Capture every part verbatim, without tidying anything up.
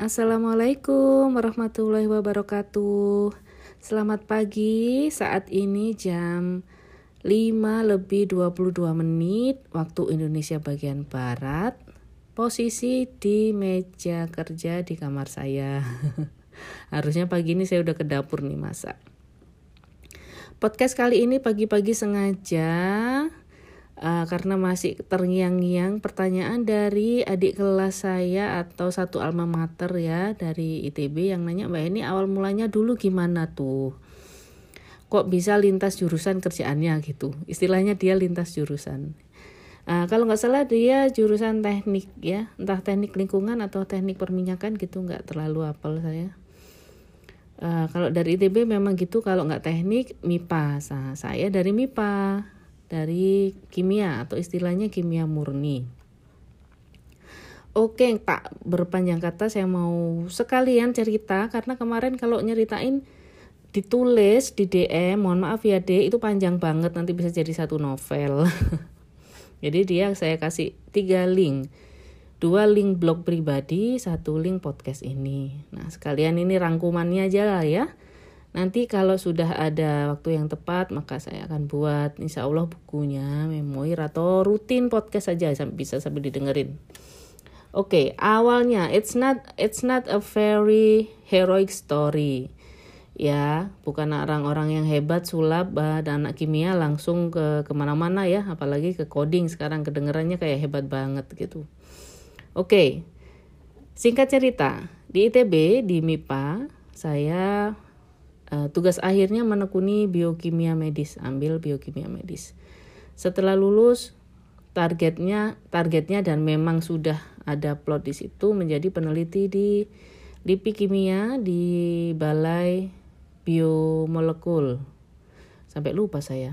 Assalamualaikum warahmatullahi wabarakatuh. Selamat pagi, saat ini jam lima lebih dua puluh dua menit waktu Indonesia bagian Barat. Posisi di meja kerja di kamar saya. Harusnya pagi ini saya udah ke dapur nih masak. Podcast kali ini pagi-pagi sengaja Uh, karena masih terngiang-ngiang pertanyaan dari adik kelas saya atau satu alma mater ya dari I T B yang nanya, Mbak ini awal mulanya dulu gimana tuh? Kok bisa lintas jurusan kerjaannya gitu? Istilahnya dia lintas jurusan. Uh, kalau nggak salah dia jurusan teknik ya, entah teknik lingkungan atau teknik perminyakan gitu, nggak terlalu hafal saya. Uh, kalau dari I T B memang gitu, kalau nggak teknik M I P A. Nah, saya dari M I P A. Dari kimia atau istilahnya kimia murni. Oke, tak berpanjang kata saya mau sekalian cerita karena kemarin kalau nyeritain ditulis di D M, mohon maaf ya D, itu panjang banget nanti bisa jadi satu novel. Jadi dia saya kasih tiga link. Dua link blog pribadi, satu link podcast ini. Nah, sekalian ini rangkumannya aja lah ya. Nanti kalau sudah ada waktu yang tepat maka saya akan buat insya Allah bukunya, memoir atau rutin podcast saja bisa sambil didengerin. Oke, okay, awalnya it's not it's not a very heroic story. Ya, bukan orang-orang yang hebat sulap dan anak kimia langsung ke kemana-mana ya, apalagi ke coding sekarang kedengerannya kayak hebat banget gitu. Oke, okay. Singkat cerita, di I T B di M I P A saya Uh, tugas akhirnya menekuni biokimia medis, ambil biokimia medis. Setelah lulus, targetnya targetnya dan memang sudah ada plot di situ menjadi peneliti di L I P I Kimia di Balai Biomolekul. Sampai lupa saya.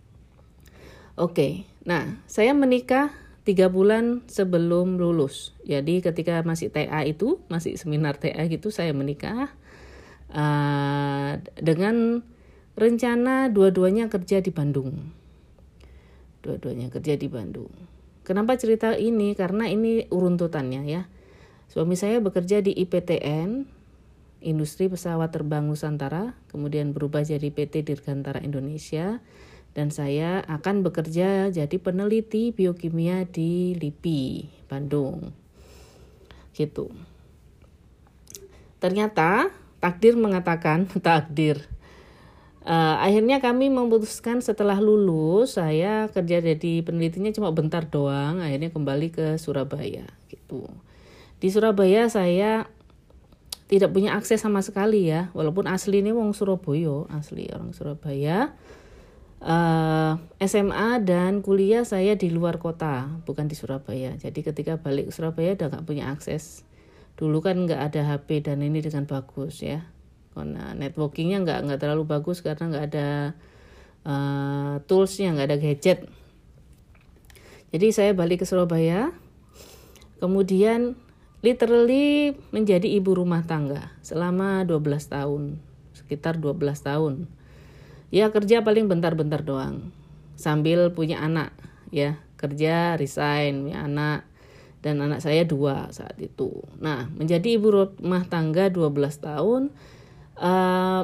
Oke, nah saya menikah tiga bulan sebelum lulus. Jadi ketika masih T A itu, masih seminar T A gitu, saya menikah. Uh, dengan rencana dua-duanya kerja di Bandung. Dua-duanya kerja di Bandung. Kenapa cerita ini? Karena ini uruntutannya ya. Suami saya bekerja di I P T N, Industri Pesawat Terbang Nusantara, kemudian berubah jadi P T Dirgantara Indonesia, dan saya akan bekerja jadi peneliti biokimia di L I P I Bandung. Gitu. Ternyata takdir mengatakan, takdir. Uh, akhirnya kami memutuskan setelah lulus, saya kerja jadi penelitinya cuma bentar doang, akhirnya kembali ke Surabaya. Gitu. Di Surabaya saya tidak punya akses sama sekali ya, walaupun asli ini wong Surabaya, asli orang Surabaya. Uh, S M A dan kuliah saya di luar kota, bukan di Surabaya. Jadi ketika balik ke Surabaya udah gak punya akses. Dulu kan nggak ada H P dan ini dengan bagus ya, karena networkingnya nggak nggak terlalu bagus karena nggak ada uh, toolsnya, nggak ada gadget. Jadi saya balik ke Surabaya, kemudian literally menjadi ibu rumah tangga selama dua belas tahun, sekitar dua belas tahun. Ya kerja paling bentar-bentar doang, sambil punya anak ya, kerja resign punya anak. Dan anak saya dua saat itu. Nah, menjadi ibu rumah tangga dua belas tahun, uh,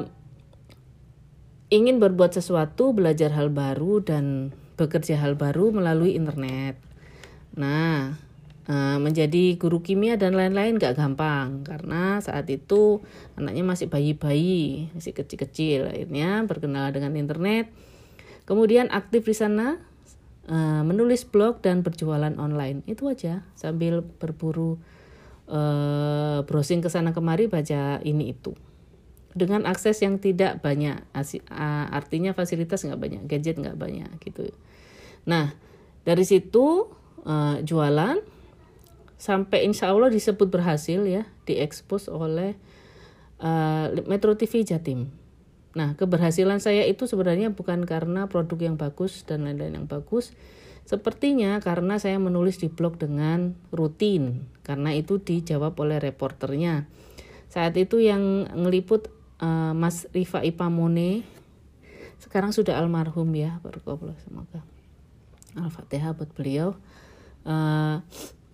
ingin berbuat sesuatu, belajar hal baru, dan bekerja hal baru melalui internet. Nah, uh, menjadi guru kimia dan lain-lain gak gampang. Karena saat itu anaknya masih bayi-bayi, masih kecil-kecil. Akhirnya berkenalan dengan internet. Kemudian aktif di sana. Uh, menulis blog dan berjualan online, itu aja sambil berburu uh, browsing kesana kemari baca ini itu dengan akses yang tidak banyak, Asi, uh, artinya fasilitas nggak banyak, gadget nggak banyak gitu. Nah dari situ uh, jualan sampai insya Allah disebut berhasil ya, diekspos oleh uh, Metro T V Jatim. Nah, keberhasilan saya itu sebenarnya bukan karena produk yang bagus dan lain-lain yang bagus. Sepertinya karena saya menulis di blog dengan rutin. Karena itu dijawab oleh reporternya. Saat itu yang ngeliput uh, Mas Rifa Ipamone. Sekarang sudah almarhum ya. Semoga Al-Fatihah buat beliau. Uh,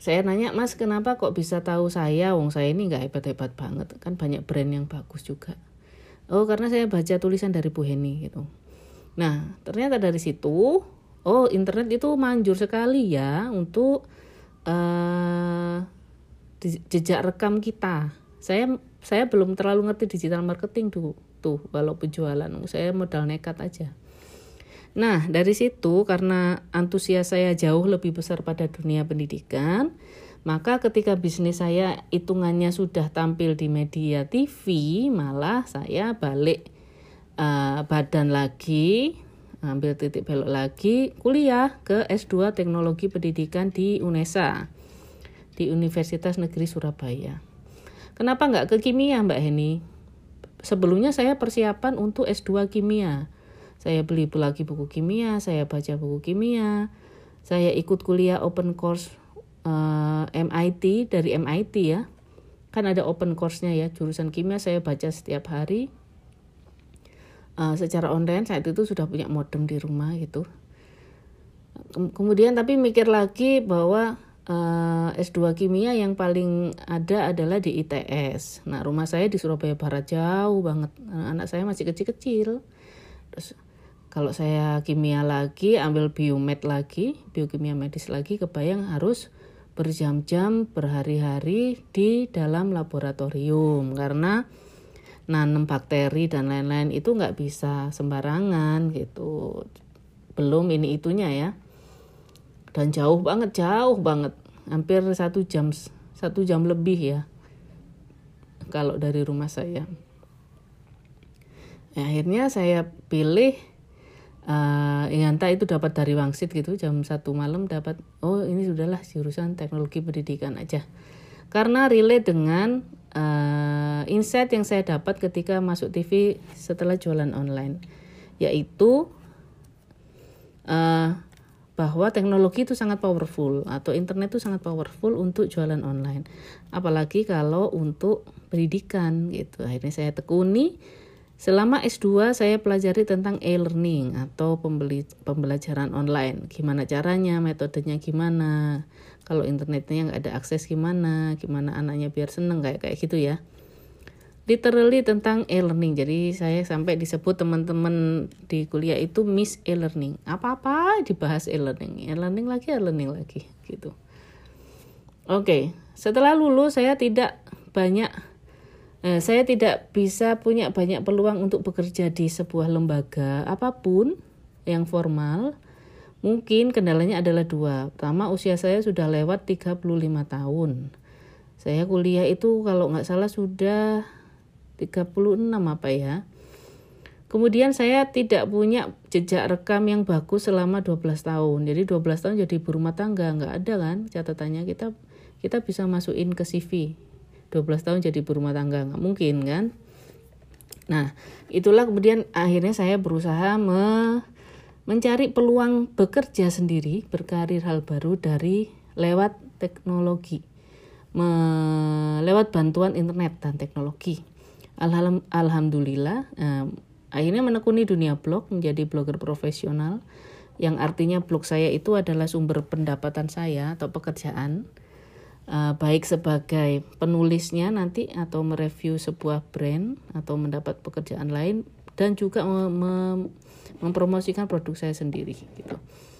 saya nanya, Mas kenapa kok bisa tahu saya, wong saya ini nggak hebat-hebat banget, kan banyak brand yang bagus juga. Oh karena saya baca tulisan dari Bu Heni gitu. Nah ternyata dari situ, oh internet itu manjur sekali ya untuk uh, jejak rekam kita. Saya saya belum terlalu ngerti digital marketing tuh, tuh walaupun jualan, saya modal nekat aja. Nah, dari situ karena antusias saya jauh lebih besar pada dunia pendidikan, maka ketika bisnis saya hitungannya sudah tampil di media T V, malah saya balik uh, badan lagi, ambil titik belok lagi, kuliah ke S dua Teknologi Pendidikan di UNESA, di Universitas Negeri Surabaya. Kenapa nggak ke kimia, Mbak Heni? Sebelumnya saya persiapan untuk S dua kimia. Saya beli lagi buku kimia, saya baca buku kimia, saya ikut kuliah open course uh, M I T, dari M I T ya. Kan ada open course-nya ya, jurusan kimia saya baca setiap hari. Uh, secara online saat itu sudah punya modem di rumah gitu. Kemudian tapi mikir lagi bahwa uh, S dua kimia yang paling ada adalah di I T S. Nah rumah saya di Surabaya Barat, jauh banget, anak saya masih kecil-kecil. Terus kalau saya kimia lagi, ambil biomed lagi, biokimia medis lagi, kebayang harus berjam-jam, berhari-hari di dalam laboratorium. Karena nanam bakteri dan lain-lain itu nggak bisa sembarangan gitu. Belum ini itunya ya. Dan jauh banget, jauh banget. Hampir satu jam, satu jam lebih ya. Kalau dari rumah saya. Ya, akhirnya saya pilih Uh, ya entah itu dapat dari Wangsit gitu, jam satu malam dapat, oh ini sudahlah jurusan teknologi pendidikan aja, karena relate dengan uh, insight yang saya dapat ketika masuk T V setelah jualan online, yaitu uh, bahwa teknologi itu sangat powerful atau internet itu sangat powerful untuk jualan online, apalagi kalau untuk pendidikan gitu. Akhirnya saya tekuni. Selama S dua saya pelajari tentang e-learning atau pembeli, pembelajaran online. Gimana caranya, metodenya gimana, kalau internetnya nggak ada akses gimana, gimana anaknya biar seneng, kayak kayak gitu ya. Literally tentang e-learning. Jadi saya sampai disebut teman-teman di kuliah itu Miss e-learning. Apa-apa dibahas e-learning, e-learning lagi, e-learning lagi gitu. Oke, setelah lulus saya tidak banyak Nah, saya tidak bisa punya banyak peluang untuk bekerja di sebuah lembaga apapun yang formal. Mungkin kendalanya adalah dua. Pertama, usia saya sudah lewat tiga puluh lima tahun. Saya kuliah itu kalau nggak salah sudah tiga puluh enam apa ya. Kemudian saya tidak punya jejak rekam yang bagus selama dua belas tahun. Jadi dua belas tahun jadi ibu rumah tangga, nggak ada kan catatannya. Kita kita bisa masukin ke C V. dua belas tahun jadi ibu rumah tangga, nggak mungkin kan. Nah itulah kemudian akhirnya saya berusaha me, mencari peluang bekerja sendiri, berkarir hal baru dari lewat teknologi, me, lewat bantuan internet dan teknologi. Alham, Alhamdulillah eh, akhirnya menekuni dunia blog, menjadi blogger profesional, yang artinya blog saya itu adalah sumber pendapatan saya atau pekerjaan. Uh, baik sebagai penulisnya nanti atau mereview sebuah brand atau mendapat pekerjaan lain, dan juga mem- mem- mempromosikan produk saya sendiri gitu.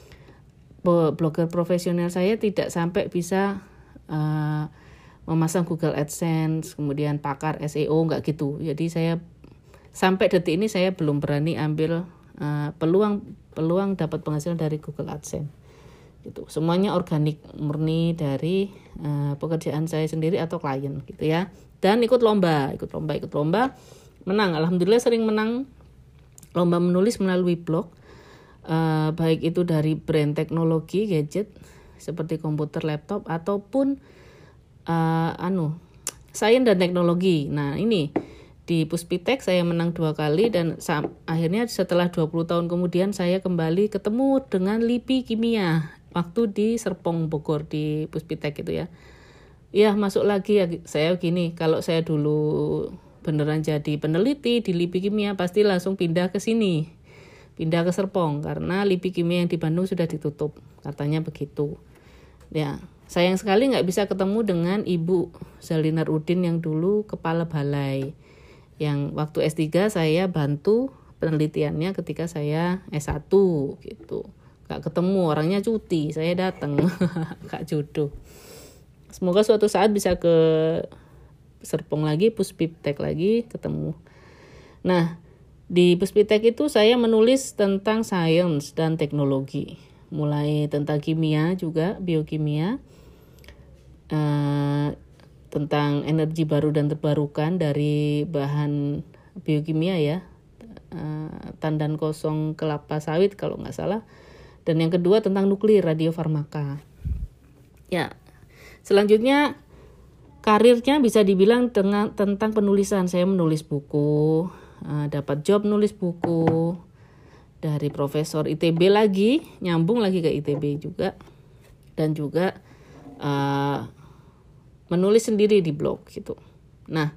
Blogger profesional saya tidak sampai bisa uh, memasang Google AdSense, kemudian pakar S E O, nggak gitu. Jadi saya sampai detik ini saya belum berani ambil uh, peluang peluang dapat penghasilan dari Google AdSense. Gitu. Semuanya organik, murni dari uh, pekerjaan saya sendiri atau klien gitu ya. Dan ikut lomba, ikut lomba, ikut lomba, menang. Alhamdulillah sering menang lomba menulis melalui blog, uh, baik itu dari brand teknologi, gadget seperti komputer, laptop, ataupun uh, anu, sains dan teknologi. Nah ini di Puspitek saya menang dua kali, dan sa- akhirnya setelah dua puluh tahun kemudian saya kembali ketemu dengan LIPI Kimia. Waktu di Serpong Bogor di Puspitek gitu ya. Ya masuk lagi ya, saya gini, kalau saya dulu beneran jadi peneliti di LIPI Kimia pasti langsung pindah ke sini. Pindah ke Serpong karena LIPI Kimia yang di Bandung sudah ditutup. Katanya begitu. Ya, sayang sekali nggak bisa ketemu dengan Ibu Zalinar Udin yang dulu kepala balai. Yang waktu S tiga saya bantu penelitiannya ketika saya S satu gitu. Nggak ketemu, orangnya cuti, saya datang. Kak jodoh. Semoga suatu saat bisa ke Serpong lagi, Puspiptek lagi, ketemu. Nah, di Puspiptek itu saya menulis tentang sains dan teknologi. Mulai tentang kimia juga, biokimia, uh, tentang energi baru dan terbarukan dari bahan biokimia ya, uh, tandan kosong kelapa sawit kalau nggak salah. Dan yang kedua tentang nuklir, radiofarmaka. Ya, selanjutnya karirnya bisa dibilang dengan, tentang penulisan. Saya menulis buku, uh, dapat job nulis buku dari profesor I T B lagi, nyambung lagi ke I T B juga. Dan juga uh, menulis sendiri di blog gitu. Nah,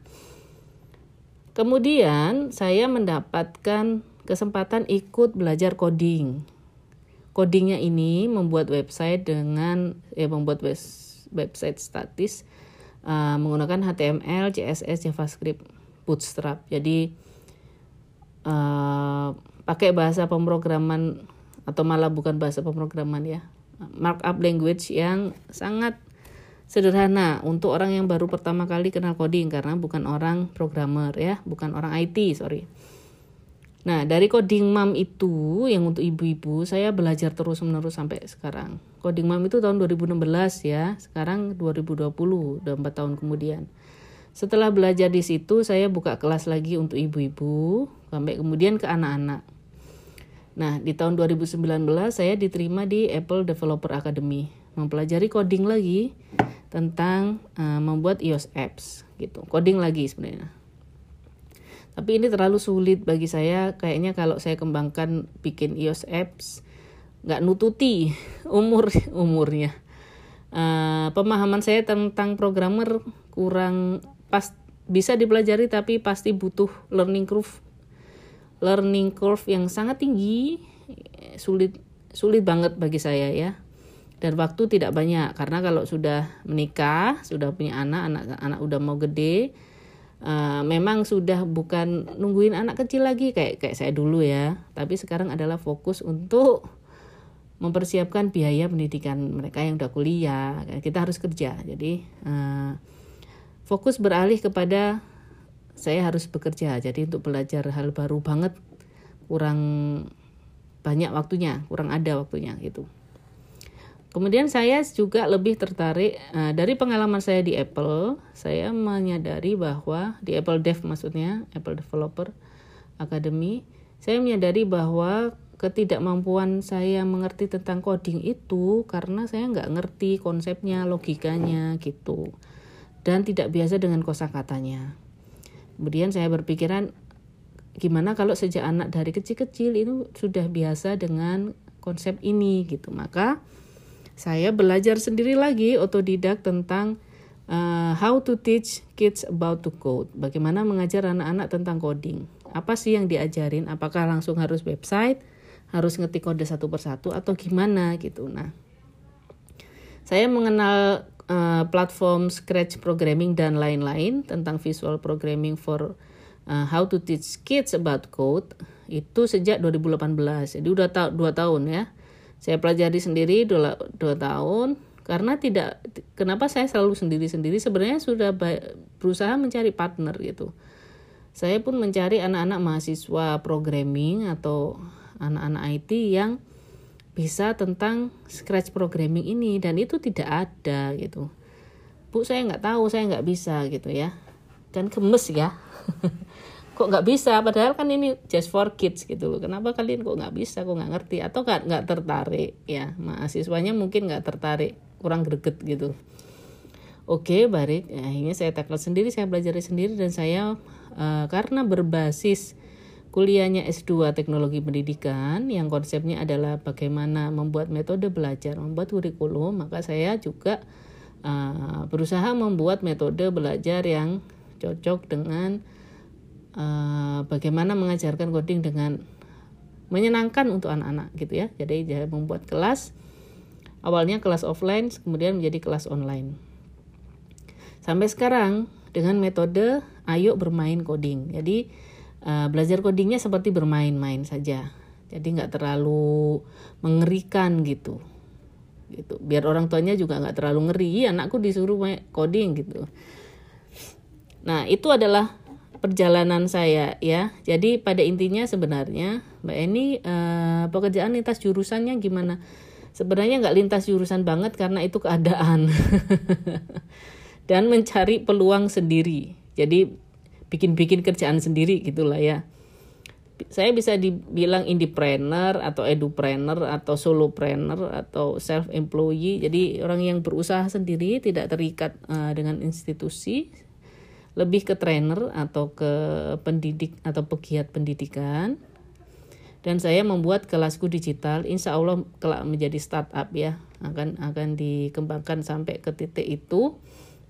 kemudian saya mendapatkan kesempatan ikut belajar coding. Codingnya ini membuat website dengan, ya membuat website statis uh, menggunakan H T M L, C S S, JavaScript, Bootstrap. Jadi uh, pakai bahasa pemrograman atau malah bukan bahasa pemrograman ya, markup language yang sangat sederhana untuk orang yang baru pertama kali kenal coding karena bukan orang programmer ya, bukan orang I T, sorry. Nah, dari Coding Mom itu yang untuk ibu-ibu, saya belajar terus-menerus sampai sekarang. Coding Mom itu tahun dua ribu enam belas ya, sekarang dua ribu dua puluh, udah empat tahun kemudian. Setelah belajar di situ, saya buka kelas lagi untuk ibu-ibu, sampai kemudian ke anak-anak. Nah, di tahun dua ribu sembilan belas saya diterima di Apple Developer Academy, mempelajari coding lagi tentang uh, membuat iOS apps gitu. Coding lagi sebenarnya. Tapi ini terlalu sulit bagi saya, kayaknya kalau saya kembangkan bikin iOS apps nggak nututi umur umurnya. Uh, pemahaman saya tentang programmer kurang pas, bisa dipelajari tapi pasti butuh learning curve, learning curve yang sangat tinggi, sulit sulit banget bagi saya ya. Dan waktu tidak banyak karena kalau sudah menikah, sudah punya anak, anak anak udah mau gede. Uh, memang sudah bukan nungguin anak kecil lagi kayak kayak saya dulu ya, tapi sekarang adalah fokus untuk mempersiapkan biaya pendidikan mereka yang udah kuliah. Kita harus kerja, jadi uh, fokus beralih kepada saya harus bekerja. Jadi untuk belajar hal baru banget kurang banyak waktunya, kurang ada waktunya gitu. Kemudian saya juga lebih tertarik uh, dari pengalaman saya di Apple, saya menyadari bahwa di Apple Dev maksudnya, Apple Developer Academy, saya menyadari bahwa ketidakmampuan saya mengerti tentang coding itu karena saya nggak ngerti konsepnya, logikanya gitu, dan tidak biasa dengan kosakatanya. Kemudian saya berpikiran, gimana kalau sejak anak dari kecil-kecil itu sudah biasa dengan konsep ini gitu, maka saya belajar sendiri lagi otodidak tentang uh, how to teach kids about to code. Bagaimana mengajar anak-anak tentang coding. Apa sih yang diajarin? Apakah langsung harus website, harus ngetik kode satu persatu atau gimana gitu. Nah, saya mengenal uh, platform Scratch Programming dan lain-lain tentang visual programming for uh, how to teach kids about code itu sejak dua ribu delapan belas. Jadi udah ta- dua tahun ya. Saya pelajari sendiri dua, dua tahun karena tidak, kenapa saya selalu sendiri-sendiri, sebenarnya sudah berusaha mencari partner gitu. Saya pun mencari anak-anak mahasiswa programming atau anak-anak I T yang bisa tentang Scratch Programming ini, dan itu tidak ada gitu. Bu, saya nggak tahu, saya nggak bisa gitu ya. Dan gemes ya. Kok nggak bisa, padahal kan ini just for kids gitu loh. Kenapa kalian kok nggak bisa, kok nggak ngerti, atau nggak nggak tertarik ya, mahasiswanya mungkin nggak tertarik, kurang greget gitu. Oke, baik, ya, akhirnya saya tackle sendiri, saya belajar sendiri, dan saya uh, karena berbasis kuliahnya S dua Teknologi Pendidikan yang konsepnya adalah bagaimana membuat metode belajar, membuat kurikulum, maka saya juga uh, berusaha membuat metode belajar yang cocok dengan Uh, bagaimana mengajarkan coding dengan menyenangkan untuk anak-anak gitu ya. Jadi saya membuat kelas Awalnya kelas offline, kemudian menjadi kelas online. Sampai sekarang dengan metode ayo bermain coding. Jadi uh, belajar codingnya seperti bermain-main saja. Jadi nggak terlalu mengerikan gitu. Gitu. Biar orang tuanya juga nggak terlalu ngeri. Anakku disuruh main coding gitu. Nah itu adalah perjalanan saya ya. Jadi pada intinya sebenarnya Mbak Eni uh, pekerjaan lintas jurusannya gimana? Sebenarnya nggak lintas jurusan banget karena itu keadaan dan mencari peluang sendiri. Jadi bikin-bikin kerjaan sendiri gitulah ya. Saya bisa dibilang indiepreneur atau edupreneur atau solopreneur atau self employee. Jadi orang yang berusaha sendiri, tidak terikat uh, dengan institusi, lebih ke trainer atau ke pendidik atau pegiat pendidikan. Dan saya membuat kelasku digital, insya Allah kelak menjadi startup ya, akan akan dikembangkan sampai ke titik itu.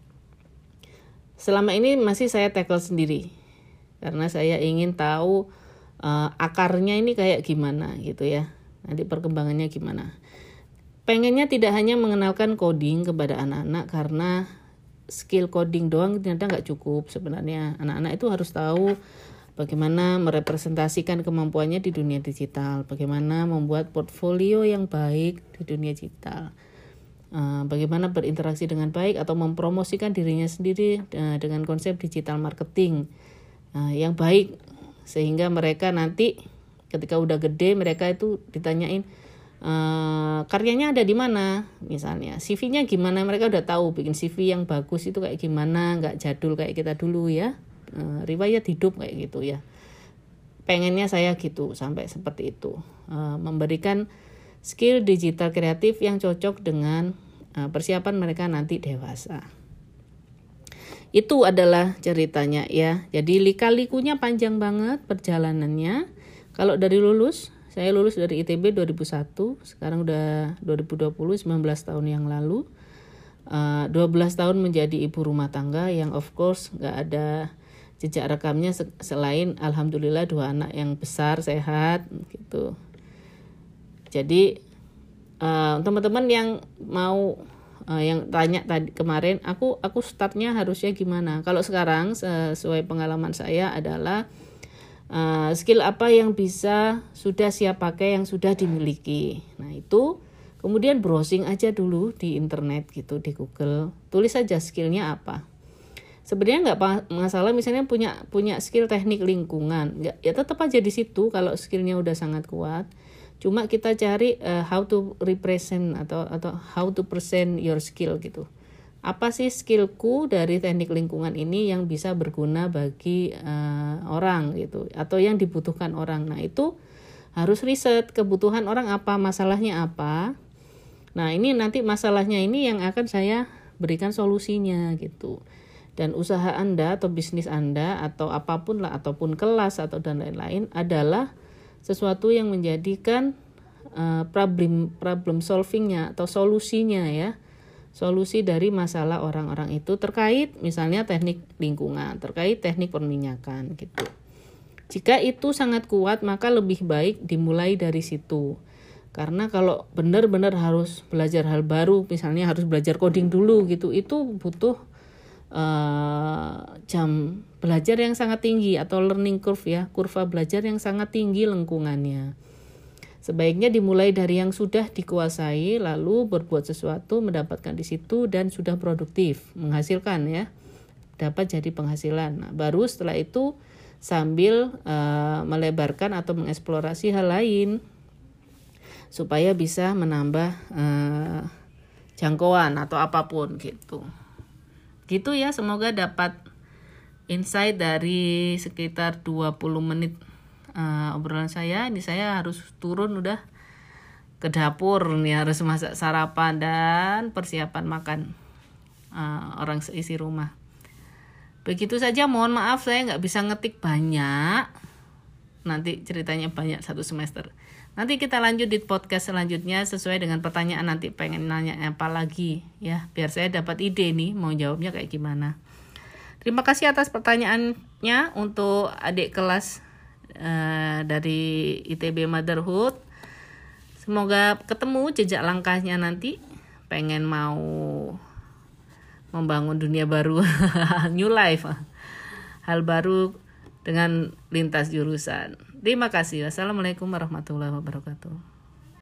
Selama ini masih saya tackle sendiri, karena saya ingin tahu uh, akarnya ini kayak gimana gitu ya, nanti perkembangannya gimana. Pengennya tidak hanya mengenalkan coding kepada anak-anak, karena skill coding doang ternyata nggak cukup sebenarnya. Anak-anak itu harus tahu bagaimana merepresentasikan kemampuannya di dunia digital, bagaimana membuat portfolio yang baik di dunia digital, uh, bagaimana berinteraksi dengan baik atau mempromosikan dirinya sendiri uh, dengan konsep digital marketing uh, yang baik, sehingga mereka nanti ketika udah gede mereka itu ditanyain uh, karyanya ada di mana, misalnya C V-nya gimana, mereka udah tahu bikin C V yang bagus itu kayak gimana, nggak jadul kayak kita dulu ya. Uh, riwayat hidup kayak gitu ya. Pengennya saya gitu sampai seperti itu, uh, memberikan skill digital kreatif yang cocok dengan uh, persiapan mereka nanti dewasa. Itu adalah ceritanya ya. Jadi lika-likunya panjang banget perjalanannya. Kalau dari lulus, saya lulus dari I T B dua ribu satu, sekarang udah dua ribu dua puluh, sembilan belas tahun yang lalu. Uh, dua belas tahun menjadi ibu rumah tangga yang of course gak ada jejak rekamnya selain alhamdulillah dua anak yang besar sehat gitu. Jadi uh, teman-teman yang mau uh, yang tanya tadi kemarin, aku aku startnya harusnya gimana? Kalau sekarang sesuai pengalaman saya adalah uh, skill apa yang bisa sudah siap pakai, yang sudah dimiliki. Nah itu kemudian browsing aja dulu di internet gitu, di Google, tulis aja skillnya apa. Sebenarnya nggak masalah misalnya punya punya skill teknik lingkungan, ya, ya tetap aja di situ kalau skillnya udah sangat kuat. Cuma kita cari uh, how to represent atau atau how to present your skill gitu. Apa sih skillku dari teknik lingkungan ini yang bisa berguna bagi uh, orang gitu, atau yang dibutuhkan orang. Nah itu harus riset kebutuhan orang apa, masalahnya apa. Nah ini nanti masalahnya ini yang akan saya berikan solusinya gitu. Dan usaha Anda atau bisnis Anda atau apapun lah, ataupun kelas atau dan lain-lain adalah sesuatu yang menjadikan uh, problem problem solvingnya atau solusinya ya, solusi dari masalah orang-orang itu terkait misalnya teknik lingkungan, terkait teknik perminyakan gitu. Jika itu sangat kuat maka lebih baik dimulai dari situ. Karena kalau benar-benar harus belajar hal baru, misalnya harus belajar coding dulu gitu, itu butuh Uh, jam belajar yang sangat tinggi atau learning curve ya, kurva belajar yang sangat tinggi lengkungannya. Sebaiknya dimulai dari yang sudah dikuasai, lalu berbuat sesuatu, mendapatkan di situ dan sudah produktif, menghasilkan ya, dapat jadi penghasilan. Nah, baru setelah itu sambil uh, melebarkan atau mengeksplorasi hal lain supaya bisa menambah uh, jangkauan atau apapun gitu. Gitu ya, semoga dapat insight dari sekitar dua puluh menit uh, obrolan saya. Ini saya harus turun udah ke dapur nih, harus masak sarapan dan persiapan makan uh, orang seisi rumah. Begitu saja, mohon maaf saya nggak bisa ngetik banyak. Nanti ceritanya banyak satu semester. Nanti kita lanjut di podcast selanjutnya sesuai dengan pertanyaan, nanti pengen nanya apa lagi ya, biar saya dapat ide nih mau jawabnya kayak gimana. Terima kasih atas pertanyaannya untuk adik kelas uh, dari I T B Motherhood. Semoga ketemu jejak langkahnya nanti, pengen mau membangun dunia baru, new life, hal baru dengan lintas jurusan. Terima kasih. Wassalamualaikum warahmatullahi wabarakatuh.